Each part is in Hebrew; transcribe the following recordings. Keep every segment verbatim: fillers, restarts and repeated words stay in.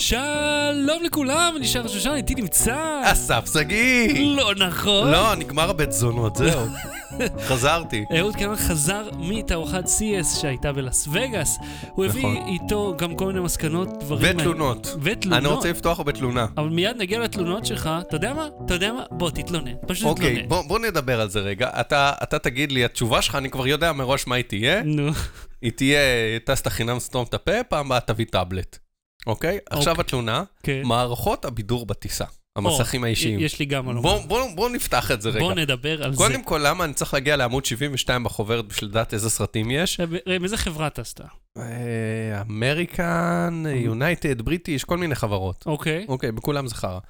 שלום לכולם, אני שר שושן, איתי נמצא אסף סגי. לא נכון. לא, נגמר הבית זונות, זהו. חזרתי. אהוד קנן חזר מתערוכת סי אס שהייתה בלס וגאס. הוא הביא איתו גם כל מיני מסקנות, דברים... ותלונות. ותלונות. אני רוצה לפתוח בתלונה. אבל מיד נגיע לתלונות שלך. אתה יודע מה? אתה יודע מה? בוא, תתלונן. פשוט תתלונן. אוקיי, בוא, בוא נדבר על זה רגע. אתה, אתה תגיד לי, התשובה שלך, אני כבר יודע מראש מה היא תהיה. נו. היא תהיה, טסת חינם סתום את הפה, פעם באה תביא טאבלט. אוקיי? עכשיו התלונה, מערכות הבידור בטיסה. המסכים האישיים. יש לי גם על בוא, בוא, בוא נפתח את זה רגע. בוא נדבר על זה. קודם כל, למה אני צריך להגיע לעמוד שבעים ושתיים בחוברת בשביל לדעת איזה סרטים יש? מאיזה חברה טסת? אמריקן, יונייטד, בריטיש, כל מיני חברות. אוקיי. אוקיי, בכולם זה חרה.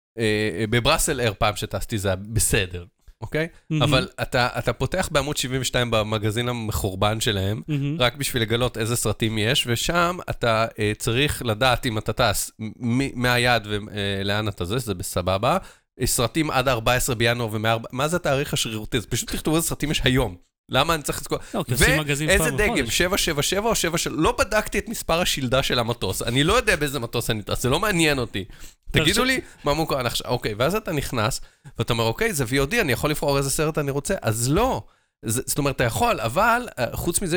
בברסל אייר פעם שטסתי זה היה בסדר. אוקיי? אבל אתה, אתה פותח בעמוד שבעים ושתיים במגזין המחורבן שלהם, רק בשביל לגלות איזה סרטים יש, ושם אתה צריך לדעת אם אתה טס מהיד ולאן אתה זה, זה בסבבה. סרטים עד ארבעה עשר בינואר ומארבע, מה זה התאריך השרירותי? זה פשוט תכתוב איזה סרטים יש היום. למה אני צריך לזכור? ואיזה דגם, שבע שבע שבע או שבע שבע, לא בדקתי את מספר השילדה של המטוס, אני לא יודע באיזה מטוס אני טס, זה לא מעניין אותי. תגידו לי, מה מוכר, אוקיי, ואז אתה נכנס, ואתה אומר, אוקיי, זה וי או די, אני יכול לבחור איזה סרט אני רוצה, אז לא. זאת אומרת, אתה יכול, אבל חוץ מזה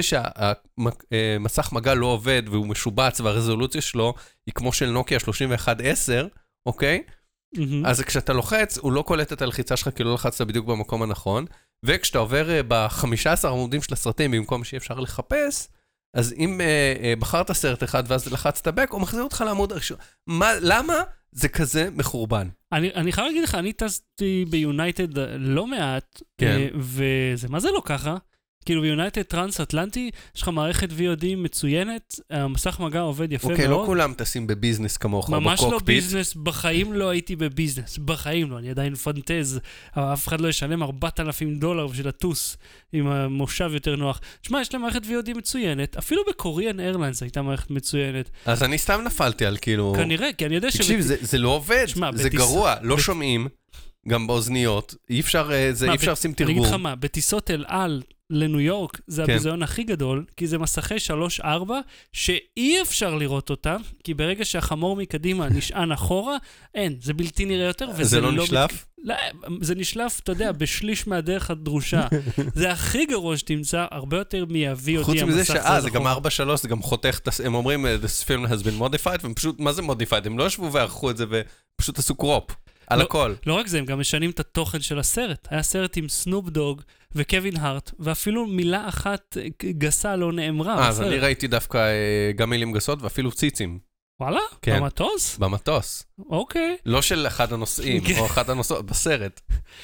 שהמסך מגע לא עובד, והוא משובץ, והרזולוציה שלו היא כמו של נוקיה שלושים ואחת עשר, אוקיי? אז כשאתה לוחץ, הוא לא קולט את הלחיצה שלך, כי לא לחצת בדיוק במקום הנכון, וכשאתה עובר ב-חמישה עשר עמודים של הסרטים, במקום שאפשר לחפש, אז אם בחרת סרט אחד ואז לחצת בק, הוא מחזיר אותך לעמוד הראשון. למה זה כזה מחורבן? אני, אני חייב להגיד לך, אני טסתי ביונייטד לא מעט, וזה, מה זה לא ככה? כאילו ביונייטד טרנס-אטלנטי, יש לך מערכת וי או די מצוינת, המסך מגע עובד יפה מאוד. אוקיי, לא כולם טסים בביזנס כמוך, ממש לא ביזנס, בחיים לא הייתי בביזנס, בחיים לא, אני עדיין פנטז, אף אחד לא ישלם ארבעת אלפים דולר בשביל לטוס עם המושב יותר נוח. תשמע, יש להם מערכת וי או די מצוינת, אפילו בקוריאן איירליינס הייתה מערכת מצוינת. אז אני סתם נפלתי על כאילו... כנראה, כי אני יודע ש... תקשיב, זה לא עובד, זה גרוע, לא שומעים, גם באוזניות, אי אפשר לשים תרגום. אני אגיד לך מה, בטיסות אל על לניו יורק, זה הביזיון הכי גדול, כי זה מסכי שלוש ארבע, שאי אפשר לראות אותם, כי ברגע שהחמור מקדימה נשען אחורה, אין, זה בלתי נראה יותר, זה לא נשלף? לא, זה נשלף, אתה יודע, בשליש מהדרך הדרושה. זה הכי גרוע שתמצא, הרבה יותר מ-וי או די המסך. חוץ מזה שאה, זה גם ארבע שלוש, זה גם חותך, הם אומרים, this film has been modified, והם פשוט, מה זה modified? הם לא ישבו וערכו את זה, ופשוט עשו קרופ. על הכל. לא רק זה, הם גם משנים את התוכן של הסרט. היה סרט עם סנופ דוג וקווין הארט, ואפילו מילה אחת גסה לא נאמרה. אז אני ראיתי דווקא גם מילים גסות, ואפילו ציצים. וואלה? במטוס? במטוס. אוקיי. לא של אחד הנושאים, או אחד הנושאות, בסרט.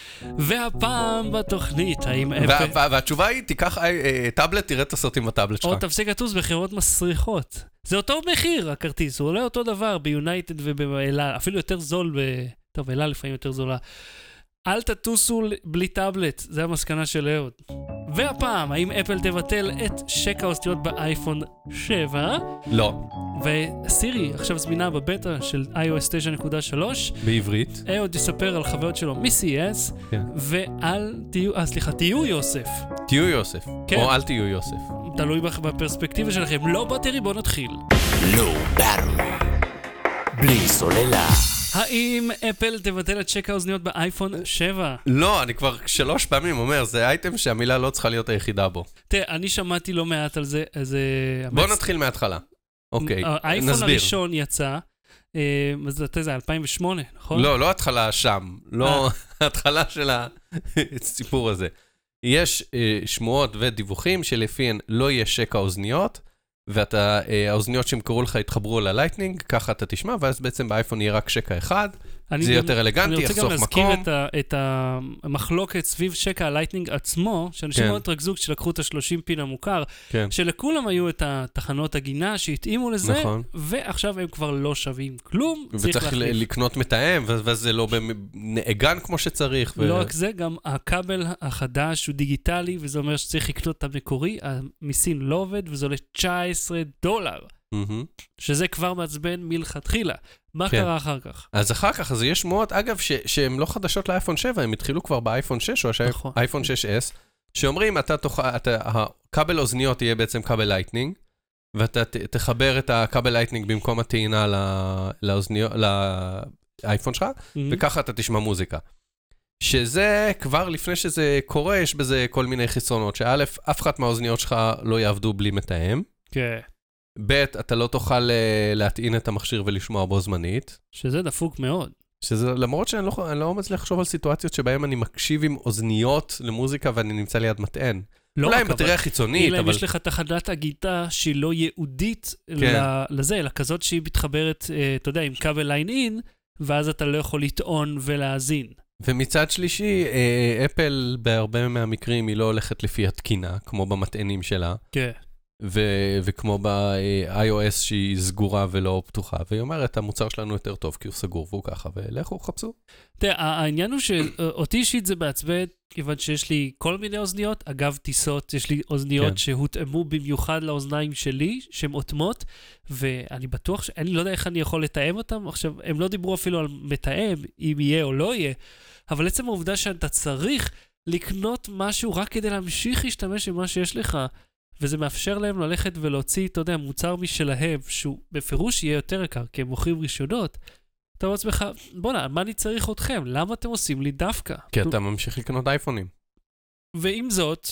והפעם בתוכנית, האם... והתשובה היא, תיקח טאבלט, תראה את הסרטים בטאבלט שלך. או תפסיק לטוס בחירות מסריחות. זה אותו מחיר, הכרטיס. הוא עולה אותו דבר ביונייטד ובאלה, אפילו יותר זול ב... טוב, אלה לפעמים יותר זולה. אל תטוסו בלי טאבלט, זה המסקנה של אהוד. והפעם, האם אפל תבטל את שק האוזניות באייפון שבע? לא. וסירי עכשיו זמינה בבטא של איי או אס תשע נקודה שלוש. בעברית. אהוד יספר על חוויות שלו מ-סי אס, כן. ואל תהיו, אה סליחה, תהיו יוסף. תהיו יוסף, כן. או אל תהיו יוסף. תלוי בפרספקטיבה שלכם. לא בטרי, בוא נתחיל. לא בטרי. בלי סוללה. האם אפל תבטל את שק האוזניות באייפון שבע? לא, אני כבר שלוש פעמים אומר, זה אייטם שהמילה לא צריכה להיות היחידה בו. תראה, אני שמעתי לא מעט על זה, אז... בוא נתחיל מההתחלה. אוקיי, נסביר. האייפון הראשון יצא, אז זה אלפיים ושמונה, נכון? לא, לא התחלה שם, לא התחלה של הסיפור הזה. יש שמועות ודיווחים שלפיהן לא יהיה שק האוזניות, והאוזניות שמקראו לך יתחברו ללייטנינג, ככה אתה תשמע, ואז בעצם באייפון יהיה רק שקע אחד, זה יהיה יותר אלגנטי, יחסוך מקום. אני רוצה גם להזכיר את המחלוקת סביב שקע הלייטנינג עצמו, שאנשים מאוד התרכזו כשלקחו את ה-שלושים פין המוכר, שלכולם היו את התחנות הגינה שהתאימו לזה, ועכשיו הם כבר לא שווים כלום, וצריך לקנות מתאם, ואז זה לא נאגן כמו שצריך. לא רק זה, גם הכבל החדש הוא דיגיטלי, וזה אומר שצריך לקנות את המקורי, המסין לא עובד, וזה עולה תשע עשרה דולר. שזה כבר מעצבן מלכתחילה. מה קרה אחר כך? אז אחר כך, אז יש שמועות, אגב, שהן לא חדשות לאייפון שבע, הם התחילו כבר באייפון שש, או האייפון שש אס, שאומרים, הכבל אוזניות יהיה בעצם כבל לייטנינג, ואתה תחבר את הכבל לייטנינג במקום הטעינה לאוזניות, לאייפון שלך, וככה אתה תשמע מוזיקה. שזה כבר לפני שזה קורה, יש בזה כל מיני חיסרונות, שא', אף אחת מהאוזניות שלך לא יעבדו בלי מתאם. כן. ב', אתה לא תוכל להטעין את המכשיר ולשמוע בו זמנית. שזה דפוק מאוד. שזה, למרות שאני לא, אני לא מצליח לחשוב על סיטואציות שבהן אני מקשיב עם אוזניות למוזיקה ואני נמצא ליד מטען. לא אולי עם בטריה חיצונית, אבל... אבל... יש לך תחנת הגיטה שהיא לא ייעודית כן. לזה, אלא כזאת שהיא מתחברת, אתה יודע, עם כבל ליין אין, ואז אתה לא יכול לטעון ולהאזין. ומצד שלישי, אפל בהרבה מהמקרים היא לא הולכת לפי התקינה, כמו במטענים שלה. כן. ו- וכמו ב-iOS שהיא סגורה ולא פתוחה, והיא אומרת, המוצר שלנו יותר טוב כי הוא סגור והוא ככה, ולכו, חפשו. תראה, העניין הוא שאותי אישית זה בעצבן, כיוון שיש לי כל מיני אוזניות, אגב טיסות, יש לי אוזניות כן. שהותאמו במיוחד לאוזניים שלי, שהן אוטמות, ואני בטוח, אני לא יודע איך אני יכול לתאם אותם, עכשיו, הם לא דיברו אפילו על מתאם, אם יהיה או לא יהיה, אבל עצם העובדה שאתה צריך לקנות משהו רק כדי להמשיך להשתמש עם מה שיש לך, וזה מאפשר להם ללכת ולהוציא, אתה יודע, מוצר משלהם, שהוא בפירוש יהיה יותר יקר, כי הם מוכרים רישיונות. אתה אומר לעצמך, בוא'נה, מה אני צריך אתכם? למה אתם עושים לי דווקא? כי אתה ממשיך לקנות אייפונים. ועם זאת,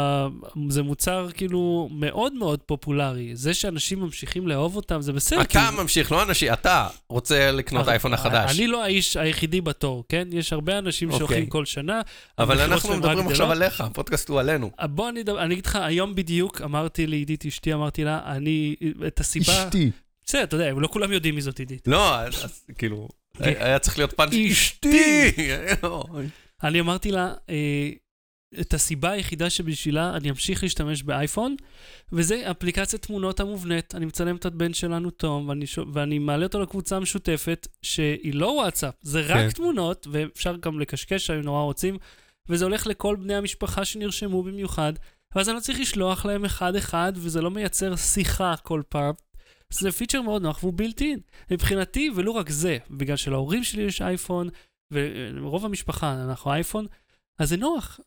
זה מוצר כאילו מאוד מאוד פופולרי. זה שאנשים ממשיכים לאהוב אותם, זה בסדר. אתה ממשיך, לא אנשים, אתה רוצה לקנות אייפון החדש. אני לא האיש היחידי בתור, כן? יש הרבה אנשים שאוכלים כל שנה. אבל אנחנו מדברים עכשיו עליך, הפודקאסט הוא עלינו. בוא אני אגיד לך, היום בדיוק אמרתי לעידית אשתי, אמרתי לה, אני, את הסיבה... אשתי. בסדר, אתה יודע, לא כולם יודעים מי זאת עידית. לא, אז כאילו, היה צריך להיות פאנץ' אשתי! אני אמרתי לה, את הסיבה היחידה שבשבילה אני אמשיך להשתמש באייפון, וזה אפליקציית תמונות המובנית. אני מצלם את הבן שלנו תום, ואני, ואני מעלה אותו לקבוצה המשותפת, שהיא לא וואטסאפ, זה רק כן. תמונות, ואפשר גם לקשקש, הם נורא רוצים, וזה הולך לכל בני המשפחה שנרשמו במיוחד, ואז אני לא צריך לשלוח להם אחד-אחד, וזה לא מייצר שיחה כל פעם. זה פיצ'ר מאוד נוח, והוא בילט-אין. מבחינתי, ולא רק זה, בגלל שלהורים שלי יש אייפון, ורוב המשפחה, אנחנו אייפון, אז זה נוח.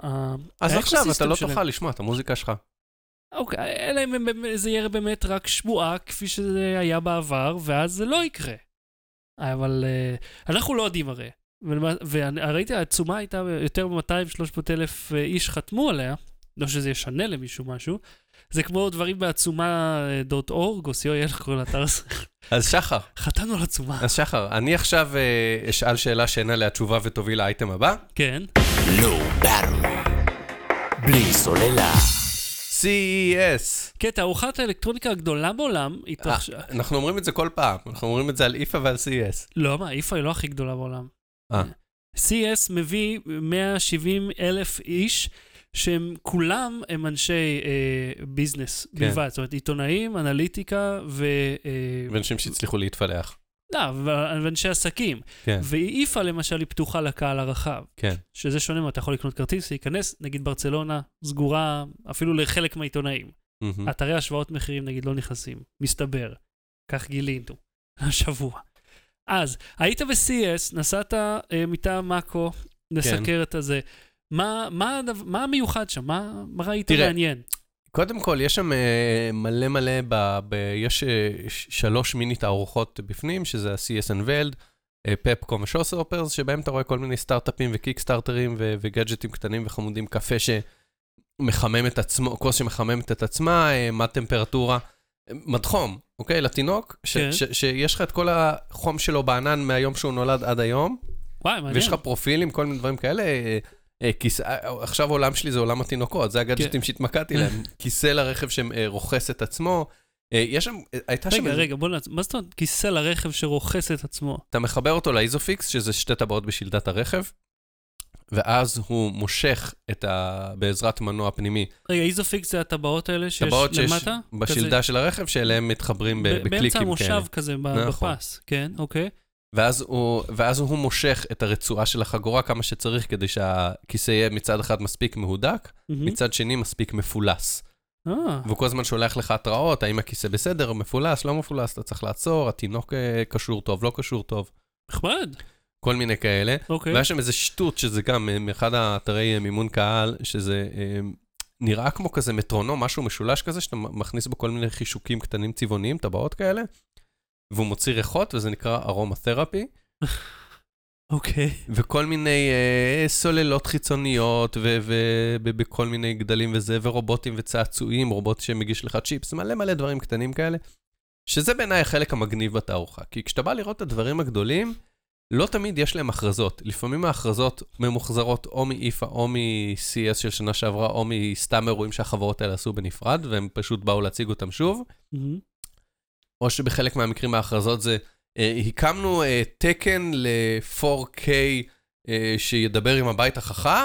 אז עכשיו אתה לא תוכל לשמוע את המוזיקה שלך. אוקיי, אלא אם זה יהיה באמת רק שבועה, כפי שזה היה בעבר, ואז זה לא יקרה. אבל אנחנו לא יודעים הרי. וראיתי, העצומה הייתה יותר ב-מאתיים שלוש מאות אלף איש חתמו עליה, לא שזה ישנה למישהו משהו, זה כמו דברים בעצומה דוט אורג, או סי-או-אל, קוראים לאתר הזה. אז שחר. חתנו על עצומה. אז שחר, אני עכשיו אשאל שאלה שאינה לה תשובה ותוביל לאייטם הבא. כן. Low battery. בלי סוללה. סי אי אס. כן, תערוכת האלקטרוניקה הגדולה בעולם התרחש... אנחנו אומרים את זה כל פעם. אנחנו אומרים את זה על איפה ועל סי אי אס. לא, מה, איפה היא לא הכי גדולה בעולם. סי אי אס מביא מאה שבעים אלף איש, שהם כולם הם אנשי אה, ביזנס כן. בלבד, זאת אומרת, עיתונאים, אנליטיקה ו... אה, ואנשים שהצליחו להתפלח. לא, ואנשי עסקים. כן. ואיפה למשל היא פתוחה לקהל הרחב. כן. שזה שונה, אתה יכול לקנות כרטיס, להיכנס, נגיד ברצלונה, סגורה, אפילו לחלק מהעיתונאים. Mm-hmm. אתרי השוואות מחירים, נגיד, לא נכנסים. מסתבר. כך גילינו. השבוע. אז, היית ב-סי אי אס, נסעת אה, מטעם מאקו, נסקר כן. את הזה. מה, מה, מה המיוחד שם? מה, מה ראית תראה, מעניין? קודם כל, יש שם מלא מלא, ב, ב, יש שלוש מיני תערוכות בפנים, שזה ה-סי אס Unveiled, פפקום ושוסופרס, שבהם אתה רואה כל מיני סטארט-אפים וקיקסטארטרים וגאדג'טים קטנים וחמודים, קפה שמחמם את עצמו, כוס שמחממת את עצמה, מה טמפרטורה, מדחום, אוקיי? לתינוק, ש, כן. ש, שיש לך את כל החום שלו בענן מהיום שהוא נולד עד היום, וואי, מעניין. ויש לך פרופילים, כל מיני דברים כאלה, עכשיו העולם שלי זה עולם התינוקות, זה הגאדג'טים שהתמקדתי להם, כיסא לרכב שרוכס את עצמו, יש שם, הייתה שם... רגע, רגע, בוא נעצ... מה זאת אומרת? כיסא לרכב שרוכס את עצמו. אתה מחבר אותו לאיזופיקס, שזה שתי טבעות בשלדת הרכב, ואז הוא מושך את ה... בעזרת מנוע פנימי. רגע, איזופיקס זה הטבעות האלה שיש למטה? טבעות שיש בשלדה של הרכב, שאליהם מתחברים בקליקים כאלה. באמצע המושב כזה, בפס, כן, אוקיי. ואז הוא, ואז הוא מושך את הרצועה של החגורה כמה שצריך, כדי שהכיסא יהיה מצד אחד מספיק מהודק, mm-hmm. מצד שני מספיק מפולס. Ah. והוא כל הזמן שולח לך התראות, האם הכיסא בסדר, מפולס, לא מפולס, אתה צריך לעצור, התינוק קשור טוב, לא קשור טוב. נכבד. כל מיני כאלה. Okay. והיה שם איזה שטות, שזה גם מאחד האתרי מימון קהל, שזה נראה כמו כזה מטרונום, משהו משולש כזה, שאתה מכניס בו כל מיני חישוקים קטנים צבעוניים, טבעות כאלה, והוא מוציא ריחות, וזה נקרא ארומתרפי. אוקיי. וכל מיני אה, סוללות חיצוניות, ובכל מיני גדלים וזה, ורובוטים וצעצועים, רובוט שמגיש לך צ'יפס, מלא מלא דברים קטנים כאלה, שזה בעיניי החלק המגניב בתערוכה. כי כשאתה בא לראות את הדברים הגדולים, לא תמיד יש להם הכרזות. לפעמים ההכרזות ממוחזרות או מ-איפה או מ-סי אס של שנה שעברה, או מסתם אירועים שהחברות האלה עשו בנפרד, והם פשוט באו להציג אותם שוב. או שבחלק מהמקרים ההכרזות זה, הקמנו תקן ל-פור קיי שידבר עם הבית החכם,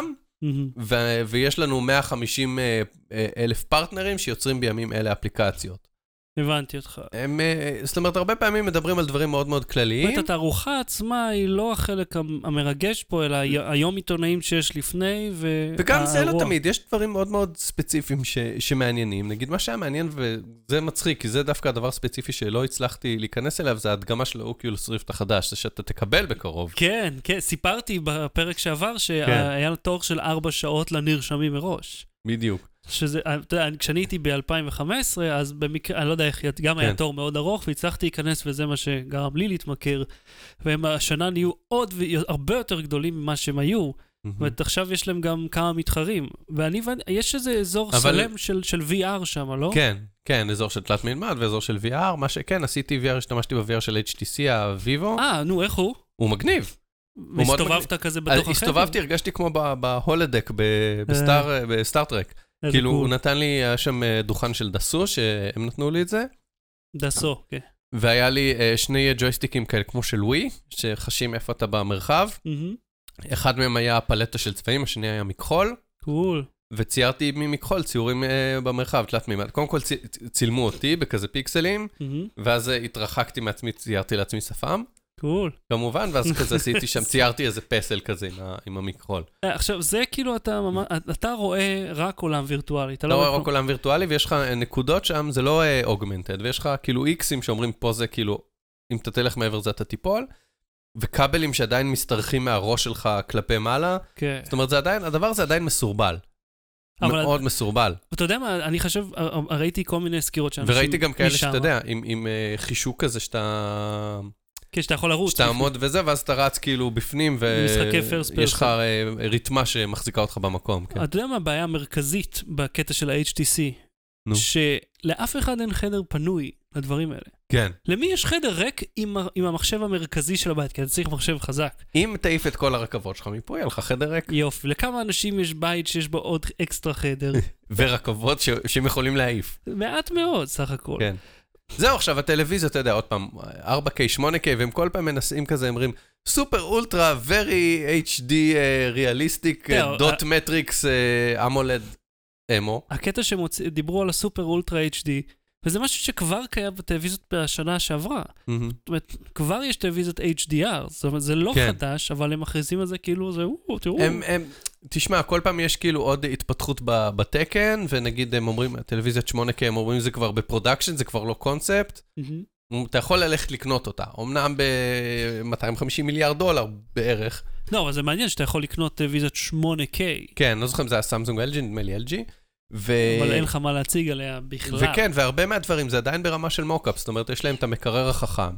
ויש לנו מאה וחמישים אלף פרטנרים שיוצרים בימים אלה אפליקציות. הבנתי אותך. הם, זאת אומרת, הרבה פעמים מדברים על דברים מאוד מאוד כלליים. זאת התערוכה עצמה היא לא החלק המרגש פה, אלא היום עיתונאים שיש לפני, והאירוע. וגם זה לא תמיד, יש דברים מאוד מאוד ספציפיים ש, שמעניינים. נגיד, מה שהיה מעניין, וזה מצחיק, כי זה דווקא הדבר ספציפי שלא הצלחתי להיכנס אליו, זה ההדגמה של האוקולוס ריפט החדש, זה שאתה תקבל בקרוב. כן, כן, סיפרתי בפרק שעבר שהיה תור של ארבע שעות לנרשמים מראש. בדיוק. שזה, אתה יודע, כשאני הייתי ב-אלפיים וחמש עשרה, אז במקרה, אני לא יודע איך, גם היה תור מאוד ארוך, והצלחתי להיכנס, וזה מה שגרם לי להתמכר, והם השנה נהיו עוד והרבה יותר גדולים ממה שהם היו, ועכשיו יש להם גם כמה מתחרים, ואני, יש איזה אזור שלם של וי אר שם, לא? כן, כן, אזור של תלת מימד ואזור של וי אר, מה שכן, עשיתי וי אר, השתמשתי ב-וי אר של אייץ' טי סי, הוויבו. אה, נו, איך הוא? הוא מגניב. והסתובבת כזה בתוך החדר? הסתובבתי, הרגשתי כמו בהולדק, בסטארטרק. כאילו, הוא נתן לי, היה שם דוכן של דסו, שהם נתנו לי את זה. דסו, כן. והיה לי שני ג'ויסטיקים כאלה, כמו של ווי, שחשים איפה אתה במרחב. אחד מהם היה פלטה של צבעים, השני היה מכחול. קול. וציירתי ממכחול ציורים במרחב, תלת מימד. קודם כל צילמו אותי בכזה פיקסלים, ואז התרחקתי מעצמי, ציירתי לעצמי שפם. קול. כמובן, ואז כזה עשיתי שם, ציירתי איזה פסל כזה עם המכחול. עכשיו, זה כאילו אתה ממש, אתה רואה רק עולם וירטואלי. אתה רואה רק עולם וירטואלי, ויש לך נקודות שם, זה לא אוגמנטד, ויש לך כאילו איקסים שאומרים פה זה כאילו, אם אתה תלך מעבר זה אתה תיפול, וכבלים שעדיין מסתרחים מהראש שלך כלפי מעלה. כן. זאת אומרת, הדבר הזה עדיין מסורבל. מאוד מסורבל. אתה יודע מה, אני חושב, ראיתי כל מיני סקירות שאנשים משם. וראיתי גם כאלה שאתה יודע, עם חישוק כזה שאתה... כן, שאתה יכול לרוץ. שאתה עמוד וזה, ואז אתה רץ כאילו בפנים, ויש לך ריתמה שמחזיקה אותך במקום. אתה יודע מה הבעיה המרכזית בקטע של ה-אייץ' טי סי? שלאף אחד אין חדר פנוי לדברים האלה. כן. למי יש חדר ריק עם המחשב המרכזי של הבית? כי אתה צריך מחשב חזק. אם תעיף את כל הרכבות שלך מפה, יהיה לך חדר ריק. יופי. לכמה אנשים יש בית שיש בו עוד אקסטרה חדר? ורכבות שהם יכולים להעיף. מעט מאוד, סך הכל. כן. זהו, עכשיו, הטלוויזיה, אתה יודע, עוד פעם, ארבע קיי, שמונה קיי, והם כל פעם מנסים כזה, אומרים, סופר אולטרה, very אייץ' די ריאליסטיק, דוט מטריקס, אמולד, אמו. הקטע שדיברו על הסופר אולטרה אייץ' די, וזה משהו שכבר קיים בטלוויזיות בשנה שעברה. זאת אומרת, כבר יש טלוויזיות אייץ' די אר, זאת אומרת, זה לא חדש, אבל הם מכריזים על זה כאילו, זה, תראו. תשמע, כל פעם יש כאילו עוד התפתחות בתקן, ונגיד הם אומרים, טלוויזיית שמונה קיי, הם אומרים זה כבר בפרודקשן, זה כבר לא קונספט, אתה יכול ללכת לקנות אותה, אמנם ב-מאתיים וחמישים מיליארד דולר בערך. לא, אבל זה מעניין שאתה יכול לקנות טלוויזיית שמונה קיי. כן, לא זוכר, זה היה סמסונג אל ג'י, נדמה לי אל ג'י. אבל אין לך מה להציג עליה בכלל. וכן, והרבה מהדברים, זה עדיין ברמה של מוקאפ, זאת אומרת, יש להם את המקרר החכם,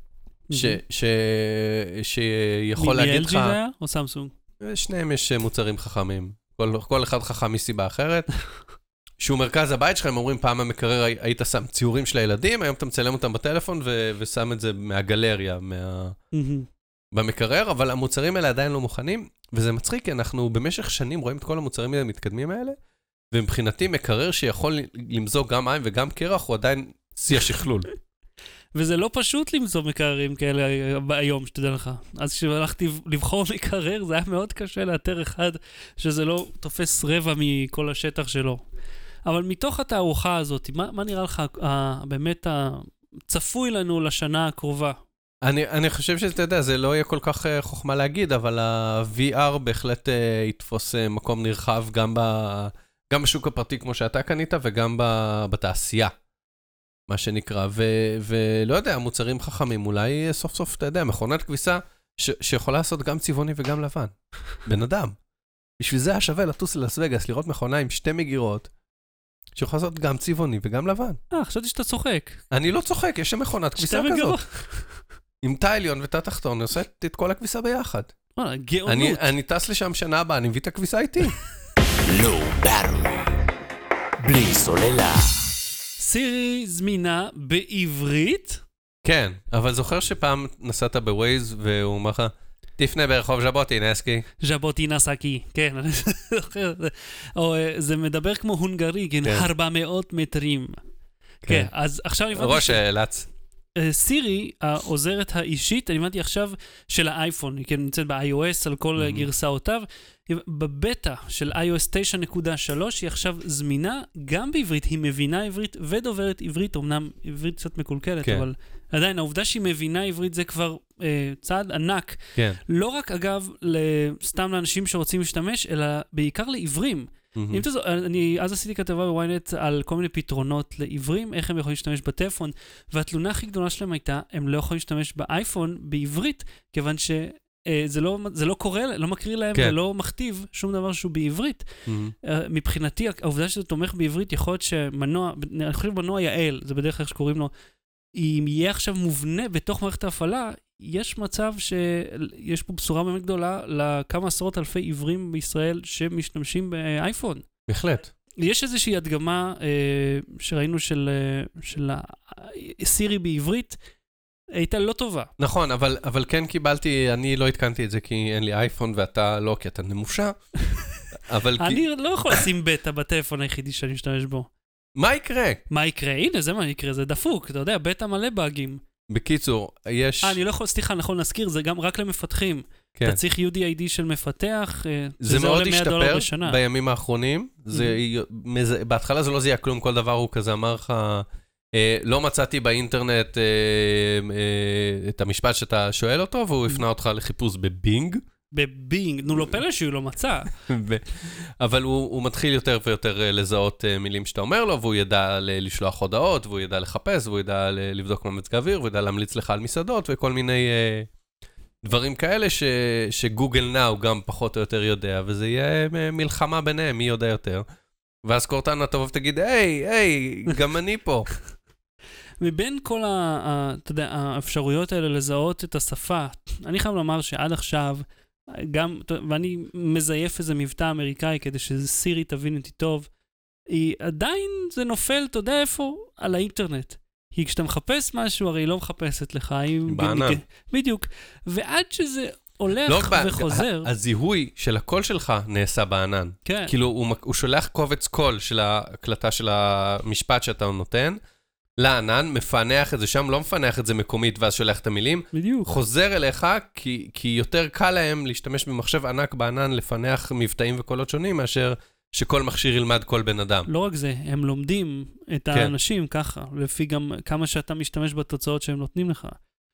שיכול להגיד לך... מ-אל ג'י זה היה או סמסונג? שניהם יש מוצרים חכמים, כל, כל אחד חכם מסיבה אחרת. שהוא מרכז הבית שלך, הם אומרים, פעם המקרר היית שם ציורים של הילדים, היום אתה מצלם אותם בטלפון ו- ושם את זה מהגלריה, מה... במקרר, אבל המוצרים האלה עדיין לא מוכנים, וזה מצחיק, כי אנחנו במשך שנים רואים את כל המוצרים המתקדמים האלה, ומבחינתי מקרר שיכול למזוג גם מים וגם קרח, הוא עדיין שיא השכלול. וזה לא פשוט למצוא מקררים כאלה היום, שתדע לך. אז כשהלכתי לבחור מקרר, זה היה מאוד קשה לאתר אחד שזה לא תופס רבע מכל השטח שלו. אבל מתוך התערוכה הזאת, מה, מה נראה לך uh, באמת צפוי לנו לשנה הקרובה? אני, אני חושב שאתה יודע, זה לא יהיה כל כך uh, חוכמה להגיד, אבל ה-וי אר בהחלט uh, יתפוס uh, מקום נרחב גם, ב, גם בשוק הפרטי כמו שאתה קנית, וגם ב, בתעשייה. מה שנקרא, ו- ולא יודע, מוצרים חכמים, אולי סוף סוף, אתה יודע, מכונת כביסה ש- שיכולה לעשות גם צבעוני וגם לבן. בן אדם. בשביל זה היה שווה לטוס ללאס וגאס, לראות מכונה עם שתי מגירות, שיכול לעשות גם צבעוני וגם לבן. אה, חשבתי שאתה צוחק. אני לא צוחק, יש שם מכונת כביסה כזאת. עם טייליון ותא תחתון, אני עושה את כל הכביסה ביחד. אה, גאונות. אני, אני טס לשם שנה הבאה, אני מביא את הכביסה איתי. Low Battery. בלי סוללה. סירי זמינה בעברית? כן, אבל זוכר שפעם נסעת בווייז והוא אומר לך, תפנה ברחוב ז'בוטינסקי. ז'בוטינסקי, כן, אני זוכר. או זה מדבר כמו הונגרי, כן, ארבע מאות מטרים. כן, אז עכשיו אני ראש אלץ. סירי, העוזרת האישית, אני הבנתי עכשיו של האייפון, היא נמצאת ב-iOS על כל גרסאותיו, בבטא של iOS תשע נקודה שלוש היא עכשיו זמינה גם בעברית, היא מבינה עברית ודוברת עברית, אמנם עברית קצת מקולקלת, כן. אבל עדיין העובדה שהיא מבינה עברית זה כבר אה, צעד ענק. כן. לא רק אגב, סתם לאנשים שרוצים להשתמש, אלא בעיקר לעברים. אם תזו, אני אז עשיתי כתבה בוויינט על כל מיני פתרונות לעברים, איך הם יכולים להשתמש בטלפון, והתלונה הכי גדולה שלהם הייתה, הם לא יכולים להשתמש באייפון בעברית, כיוון שזה לא, זה לא קורה, לא מקריא להם כן. ולא מכתיב שום דבר שהוא בעברית. מבחינתי, העובדה שזה תומך בעברית, יכול להיות שמנוע, אני חושב מנוע יעל, זה בדרך כלל שקוראים לו, אם יהיה עכשיו מובנה בתוך מערכת ההפעלה, יש מצב שיש פה בשורה באמת גדולה לכמה עשרות אלפי עיוורים בישראל שמשתמשים באייפון. בהחלט. יש איזושהי הדגמה אה, שראינו של, אה, של סירי בעברית, הייתה לא טובה. נכון, אבל, אבל כן קיבלתי, אני לא התקנתי את זה כי אין לי אייפון ואתה לא, כי אתה נמושה. אבל אני כי... לא יכול לשים בטא בטלפון היחידי שאני משתמש בו. מה יקרה? מה יקרה? הנה, זה מה יקרה, זה דפוק, אתה יודע, בטא מלא באגים. בקיצור, יש... אה, אני לא יכול, סליחה, נכון להזכיר, זה גם רק למפתחים. כן. אתה צריך יו די איי די של מפתח, זה מאוד השתפר בשנה. בימים האחרונים. זה, מזה, בהתחלה זה לא זיהה כלום, כל דבר הוא כזה אמר לך, אה, לא מצאתי באינטרנט אה, אה, את המשפט שאתה שואל אותו, והוא הפנה אותך לחיפוש בבינג. בבינג, נו לא פלא שהוא לא מצא. אבל הוא, הוא מתחיל יותר ויותר לזהות מילים שאתה אומר לו, והוא ידע לשלוח הודעות, והוא ידע לחפש, והוא ידע לבדוק מה מזג האוויר, והוא ידע להמליץ לך על מסעדות, וכל מיני uh, דברים כאלה ש, שגוגל נאו גם פחות או יותר יודע, וזה יהיה מלחמה ביניהם, מי יודע יותר. ואז קורטנה תבוא ותגיד, היי, היי, גם אני פה. מבין כל ה, אתה יודע, האפשרויות האלה לזהות את השפה, אני חייב לומר שעד עכשיו, גם, ואני מזייף איזה מבטא אמריקאי כדי שסירי תבין אותי טוב, היא עדיין, זה נופל, אתה יודע איפה? על האינטרנט. כי כשאתה מחפש משהו, הרי היא לא מחפשת לך. בענן. בדיוק. ועד שזה הולך לא וחוזר... הזיהוי של הקול שלך נעשה בענן. כן. כאילו, הוא, הוא שולח קובץ קול של ההקלטה של המשפט שאתה נותן, לענן, מפענח את זה שם, לא מפענח את זה מקומית, ואז שולח את המילים. בדיוק. חוזר אליך, כי, כי יותר קל להם להשתמש במחשב ענק בענן, לפענח מבטאים וקולות שונים, מאשר שכל מכשיר ילמד כל בן אדם. לא רק זה, הם לומדים את כן. האנשים ככה, לפי גם כמה שאתה משתמש בתוצאות שהם נותנים לך.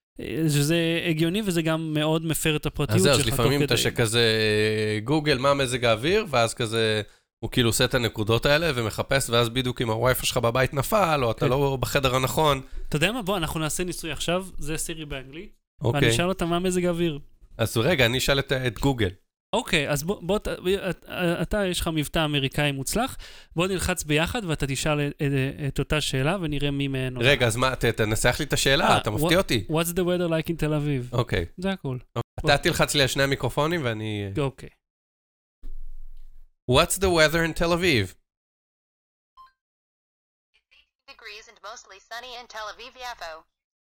שזה הגיוני וזה גם מאוד מפר את הפרטיות שלך. אז זהו, לפעמים אתה שכזה גוגל, מה מזג האוויר, ואז כזה... הוא כאילו עושה את הנקודות האלה ומחפש, ואז בדיוק אם הווייפה שלך בבית נפל, או אתה לא בחדר הנכון. אתה יודע מה? בוא, אנחנו נעשה ניסוי עכשיו, זה סירי באנגלית, אוקיי. ואני אשאל אותה מה מזג האוויר. אז רגע, אני אשאל את, את גוגל. אוקיי, אז בוא, בוא, אתה, יש לך מבטא אמריקאי מוצלח, בוא נלחץ ביחד, ואתה תשאל את, את אותה שאלה, ונראה מי מהן. רגע, אז מה, תנסח לי את השאלה, אתה מפתיע אותי. What's the weather like in תל אביב? אוקיי. זה הכל. אתה תלחץ לי על שני המיקרופונים, ואני... אוקיי. What's the weather in Tel Aviv? It's eighteen degrees and mostly sunny in Tel Aviv-Yafo.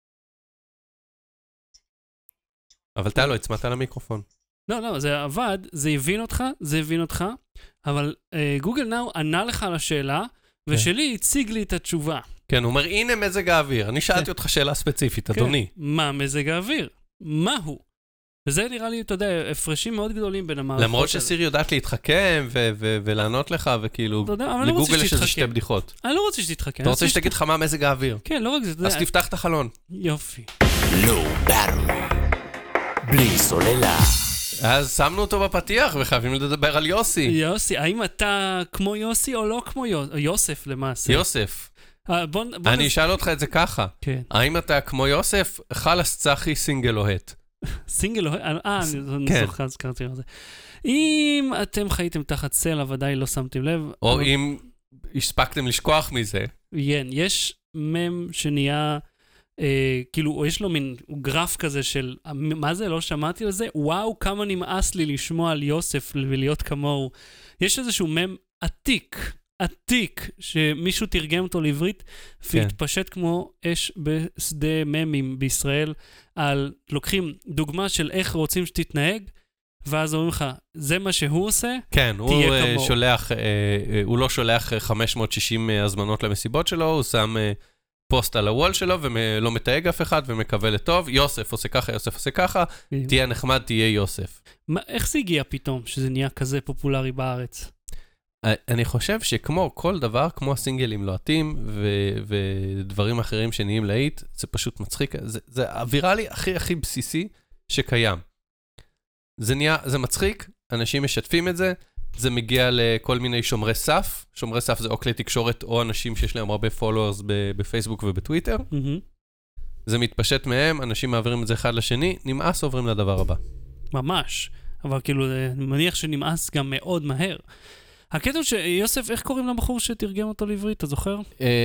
אבל אתה לא הצמאת על המיקרופון. לא, לא, זה עבד, זה הבין אותך, זה הבין אותך, אבל גוגל נאו ענה לך על השאלה, ושלי הציג לי את התשובה. כן, הוא אומר, הנה מזג האוויר. אני שאלתי אותך שאלה ספציפית, אדוני. מה מזג האוויר? מה הוא? וזה נראה לי, אתה יודע, הפרשים מאוד גדולים בין המערכות. למרות שסירי יודעת להתחכם ולענות לך, וכאילו, לגוגל יש איזה שתי בדיחות. אני לא רוצה שתתחכם. אתה רוצה שתגיד לך מה מזג האוויר? כן, לא רק זה. אז תפתח את החלון. יופי. Low Battery. בלי סוללה. אז שמנו אותו בפתיח וחייבים לדבר על יוסי. יוסי, האם אתה כמו יוסי או לא כמו יוסף למעשה? יוסף. בוא, בוא אני נס... אשאל אותך את זה ככה. כן. האם אתה כמו יוסף, חלס צחי סינגל אוהט? סינגל אוהט? אה, אני זוכר, הזכרתי על זה. אם אתם חייתם תחת סלע, ודאי לא שמתם לב. או אבל... אם הספקתם לשכוח מזה. כן, יש מם שנהיה, אה, כאילו, יש לו מין גרף כזה של, מה זה, לא שמעתי על זה? וואו, כמה נמאס לי לשמוע על יוסף ולהיות כמוהו. יש איזשהו מם עתיק, עתיק, שמישהו תרגם אותו לעברית, כן. והתפשט כמו אש בשדה ממים בישראל, על, לוקחים דוגמה של איך רוצים שתתנהג, ואז אומרים לך, זה מה שהוא עושה, כן, הוא תהיה כמוהו. שולח, הוא לא שולח חמש מאות ושישים הזמנות למסיבות שלו, הוא שם פוסט על הוול שלו, ולא מתייג אף אחד, ומקווה לטוב, יוסף עושה ככה, יוסף עושה ככה, תהיה נחמד, תהיה יוסף. מה, איך זה הגיע פתאום, שזה נהיה כזה פופולרי בארץ? אני חושב שכמו כל דבר, כמו הסינגלים לוהטים, ו- ודברים אחרים שנהיים להיט, זה פשוט מצחיק, זה, זה הוויראלי הכי הכי בסיסי שקיים. זה נהיה, זה מצחיק, אנשים משתפים את זה, זה מגיע לכל מיני שומרי סף, שומרי סף זה או כלי תקשורת, או אנשים שיש להם הרבה followers בפייסבוק ובטוויטר, זה מתפשט מהם, אנשים מעבירים את זה אחד לשני, נמאס עוברים לדבר הבא. ממש, אבל כאילו, אני מניח שנמאס גם מאוד מהר. הקטע שיוסף, איך קוראים לבחור שתרגם אותו לעברית, אתה זוכר?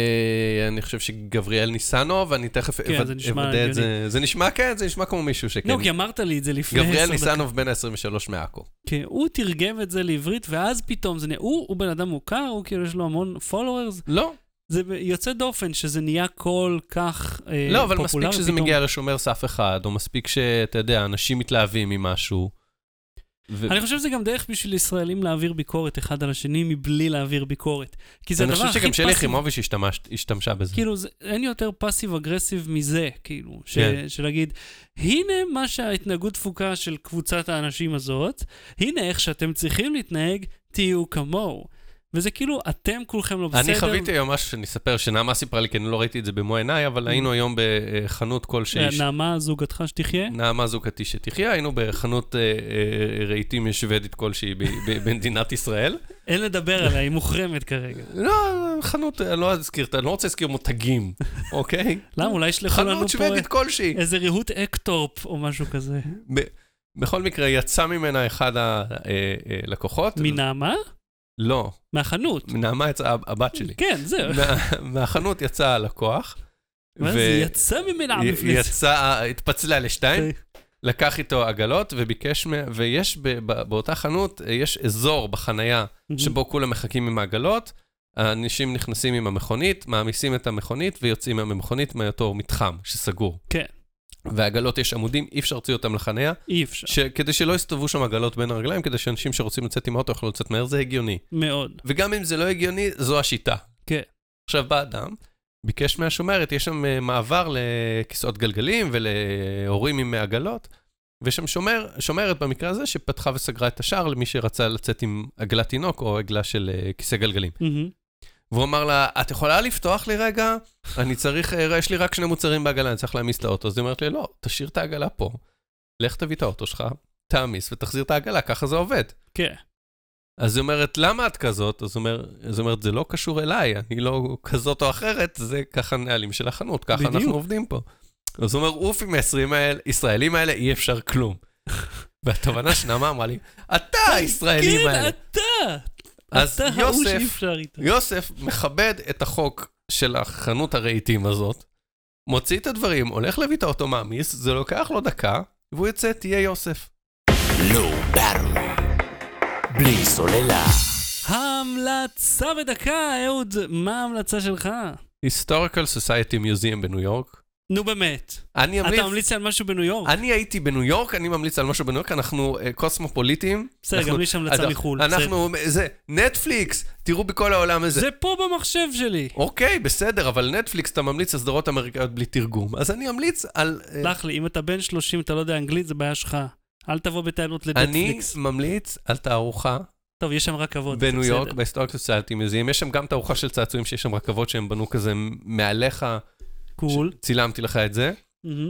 אני חושב שגבריאל ניסנוב, אני תכף אבדא את זה. זה נשמע, כן, זה נשמע כמו מישהו שכן. לא, כי אמרת לי את זה לפני עשר דקות. גבריאל ניסנוב בן ה-עשרים ושלוש מעכו. כן, הוא תרגם את זה לעברית, ואז פתאום זה נהיה, הוא בן אדם מוכר, הוא כאילו יש לו המון followers. לא. זה יוצא דופן שזה נהיה כל כך פופולרי. לא, אבל מספיק שזה מגיע לשומר סף אחד, או מספיק שאתה יודע, אנשים מתלהבים ממשהו. אני חושב שזה גם דרך בשביל ישראלים להעביר ביקורת אחד על השני, מבלי להעביר ביקורת. כי זה הדבר הכי פסיב. אני חושב שגם שלי יחימוביץ' השתמשה בזה. כאילו, אין יותר פסיב אגרסיב מזה, כאילו, שלהגיד, הנה מה שההתנהגות תפוקה של קבוצת האנשים הזאת, הנה איך שאתם צריכים להתנהג, תהיו כמוהו. וזה כאילו, אתם כולכם לא בסדר. אני חוויתי היום משהו שאני אספר, שנעמה סיפרה לי, כי אני לא ראיתי את זה במו עיניי, אבל היינו היום בחנות כלשהי. נעמה זוגתך שתחיה? נעמה זוגתי שתחיה, היינו בחנות רהיטים שוודית כלשהי במדינת ישראל. אין לדבר עליה, היא מוחרמת כרגע. לא, חנות, אני לא אזכיר, אני לא רוצה להזכיר מותגים, אוקיי? למה? אולי ישלחו לנו פה איזה ריהוט אקטורפ או משהו כזה. בכל מקרה, יצא ממנה אחד הלקוחות. מנעמה? לא. מהחנות. מנעמה יצאה הבת שלי. כן, זהו. מהחנות יצא הלקוח. מה זה? יצא ממנה המפלס. יצא, התפצלה לשתיים, לקח איתו עגלות וביקש, ויש באותה חנות, יש אזור בחנייה שבו כולם מחכים עם העגלות, האנשים נכנסים עם המכונית, מעמיסים את המכונית ויוצאים עם המכונית מאותו מתחם שסגור. כן. והעגלות יש עמודים, אי אפשר להוציא אותם לחניה. אי אפשר. כדי שלא יסתובבו שם עגלות בין הרגליים, כדי שאנשים שרוצים לצאת עם האוטו יוכלו לצאת מהר, זה הגיוני. מאוד. וגם אם זה לא הגיוני, זו השיטה. כן. עכשיו בא אדם, ביקש מהשומרת, יש שם מעבר לכיסאות גלגלים ולהורים עם עגלות, ויש שם שומר, שומרת במקרה הזה שפתחה וסגרה את השער למי שרצה לצאת עם עגלת תינוק או עגלה של כיסא גלגלים. והוא אמר לה, את יכולה לפתוח לי רגע? אני צריך, יש לי רק שני מוצרים בעגלה, אני צריך להמיס את האוטו. אז היא אומרת לי, לא, תשאיר את העגלה פה, לך תביא את האוטו שלך, תעמיס ותחזיר את העגלה, ככה זה עובד. כן. אז היא אומרת, למה את כזאת? אז היא אומרת, זה לא קשור אליי, אני לא כזאת או אחרת, זה ככה נהלים של החנות, ככה אנחנו עובדים פה. אז הוא אומר, אוף עם ה-עשרים ישראלים האלה, אי אפשר כלום. והתובנה שנעמה אמרה לי, אתה הישראלים האלה. כן, אתה! אז יוסף, יוסף מכבד את החוק של החנות הרהיטים הזאת, מוציא את הדברים, הולך להביא את האוטו מעמיס, זה לוקח לו דקה, והוא יוצא, תהיה יוסף. לואו בארווי, בלי סוללה. המלצה בדקה, אהוד, מה ההמלצה שלך? Historical Society Museum בניו יורק. נו באמת. אני אמליץ... אתה ממליץ על משהו בניו יורק? אני הייתי בניו יורק, אני ממליץ על משהו בניו יורק, אנחנו uh, קוסמופוליטים. בסדר, אנחנו... גם לי יש המלצה מחול. אנחנו, זה, נטפליקס, תראו בכל העולם הזה. זה פה במחשב שלי. אוקיי, בסדר, אבל נטפליקס אתה ממליץ על סדרות אמריקאיות בלי תרגום. אז אני אמליץ על... סלח לי, אם אתה בן שלושים, אתה לא יודע אנגלית, זה בעיה שלך. אל תבוא בטענות לנטפליקס. אני ממליץ על תערוכה. טוב, יש שם רכבות. בניו יורק, בהיסטוריקל סוציאליטי מוזיאום, יש שם גם תערוכה של צעצועים שיש שם רכבות שהם בנו כזה מעליך. קול. צילמתי לך את זה.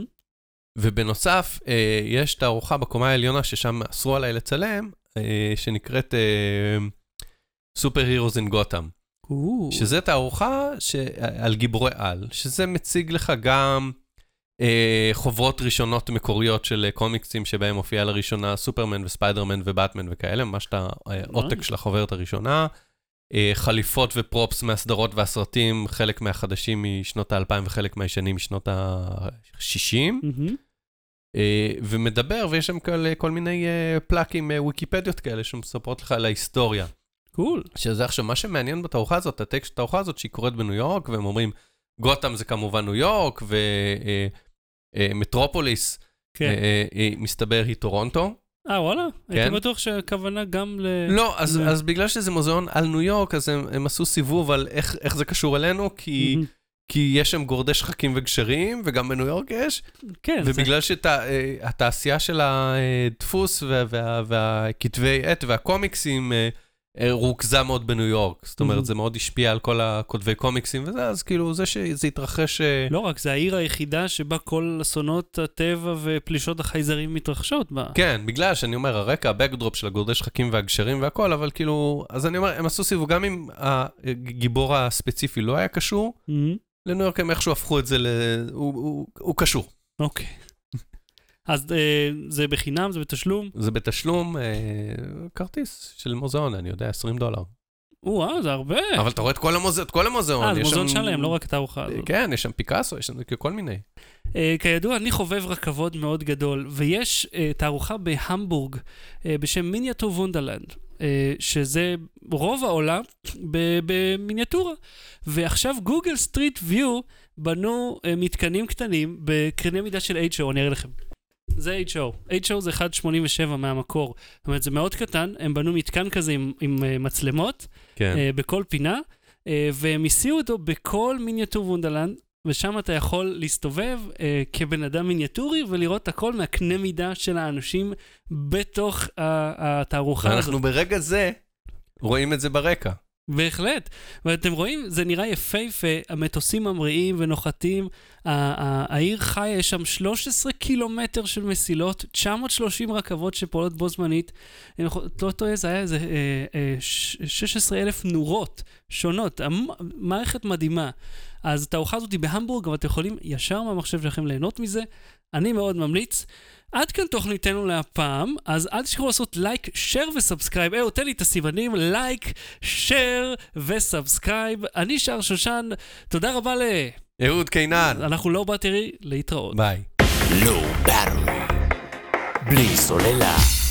ובנוסף, יש תערוכה בקומה העליונה ששם אסרו עליי לצלם, שנקראת Super Heroes in Gotham. שזה תערוכה על גיבורי על, שזה מציג לך גם חוברות ראשונות מקוריות של קומיקסים שבהם הופיע לראשונה סופרמן וספיידרמן ובטמן וכאלה, ממש את העותק של החוברת הראשונה. חליפות ופרופס מהסדרות והסרטים, חלק מהחדשים משנות ה-אלפיים וחלק מהישנים משנות ה-שישים. ומדבר, ויש שם כל מיני פלאקים, וויקיפדיות כאלה שמספרות לך על ההיסטוריה. קול. שזה עכשיו, מה שמעניין בתערוכה הזאת, הטקסט של התערוכה הזאת, שהיא קורית בניו יורק, והם אומרים, גותם זה כמובן ניו יורק, ומטרופוליס, מסתבר היא טורונטו. אה, וואלה? הייתי בטוח שהכוונה גם ל... לא, אז בגלל שזה מוזיאון על ניו יורק, אז הם עשו סיבוב על איך זה קשור אלינו, כי יש שם גורדי שחקים וגשרים, וגם בניו יורק יש. כן. ובגלל שהתעשייה של הדפוס והכתבי עת והקומיקסים רוכזה מאוד בניו יורק. זאת אומרת, זה מאוד השפיע על כל הכותבי קומיקסים וזה, אז כאילו זה שזה התרחש... לא רק, זה העיר היחידה שבה כל אסונות הטבע ופלישות החייזרים מתרחשות בה. כן, בגלל שאני אומר, הרקע, הבקדרופ של הגורדי שחקים והגשרים והכל, אבל כאילו, אז אני אומר, הם עשו סיבוב, גם אם הגיבור הספציפי לא היה קשור, לניו יורק הם איכשהו הפכו את זה ל... הוא קשור. אוקיי. אז זה בחינם, זה בתשלום? זה בתשלום, כרטיס של מוזיאון, אני יודע, עשרים דולר. וואו, זה הרבה. אבל אתה רואה את כל המוזיאון. אה, זה מוזיאון שלם, לא רק את הארוחה הזאת. כן, יש שם פיקאסו, יש שם כל מיני. כידוע, אני חובב רכבות מאוד גדול, ויש תערוכה בהמבורג בשם מיניאטור וונדרלנד, שזה רוב העולם במיניאטורה. ועכשיו גוגל סטריט ויו בנו מתקנים קטנים בקנה מידה של אייץ' או, אני אראה לכם. זה אייץ' או. אייץ' או זה אחת נקודה שמונים ושבע מהמקור. זאת אומרת, זה מאוד קטן. הם בנו מתקן כזה עם, עם מצלמות, כן. uh, בכל פינה, uh, והם הסיעו אותו בכל מיניאטור וונדרלנד, ושם אתה יכול להסתובב uh, כבן אדם מיניאטורי, ולראות הכל מהקנה מידה של האנשים בתוך התערוכה הזאת. ואנחנו ברגע זה רואים את זה ברקע. בהחלט. ואתם רואים, זה נראה יפהפה, המטוסים ממריאים ונוחתים, העיר חיה, יש שם שלושה עשר קילומטר של מסילות, תשע מאות ושלושים רכבות שפועלות בו זמנית, לא טועה, זה היה איזה שש עשרה אלף נורות שונות, מערכת מדהימה. אז התערוכה הזאת היא בהמבורג, אבל אתם יכולים ישר מהמחשב שלכם ליהנות מזה, אני מאוד ממליץ. עד כאן תוכניתנו להפעם, אז אל תשכחו לעשות לייק, שייר וסאבסקרייב. אה, תן לי את הסימנים, לייק, שייר וסאבסקרייב. אני שר שושן, תודה רבה ל... אהוד קינן. אנחנו לא באטרי, להתראות. ביי. לא באטרי. בלי סוללה.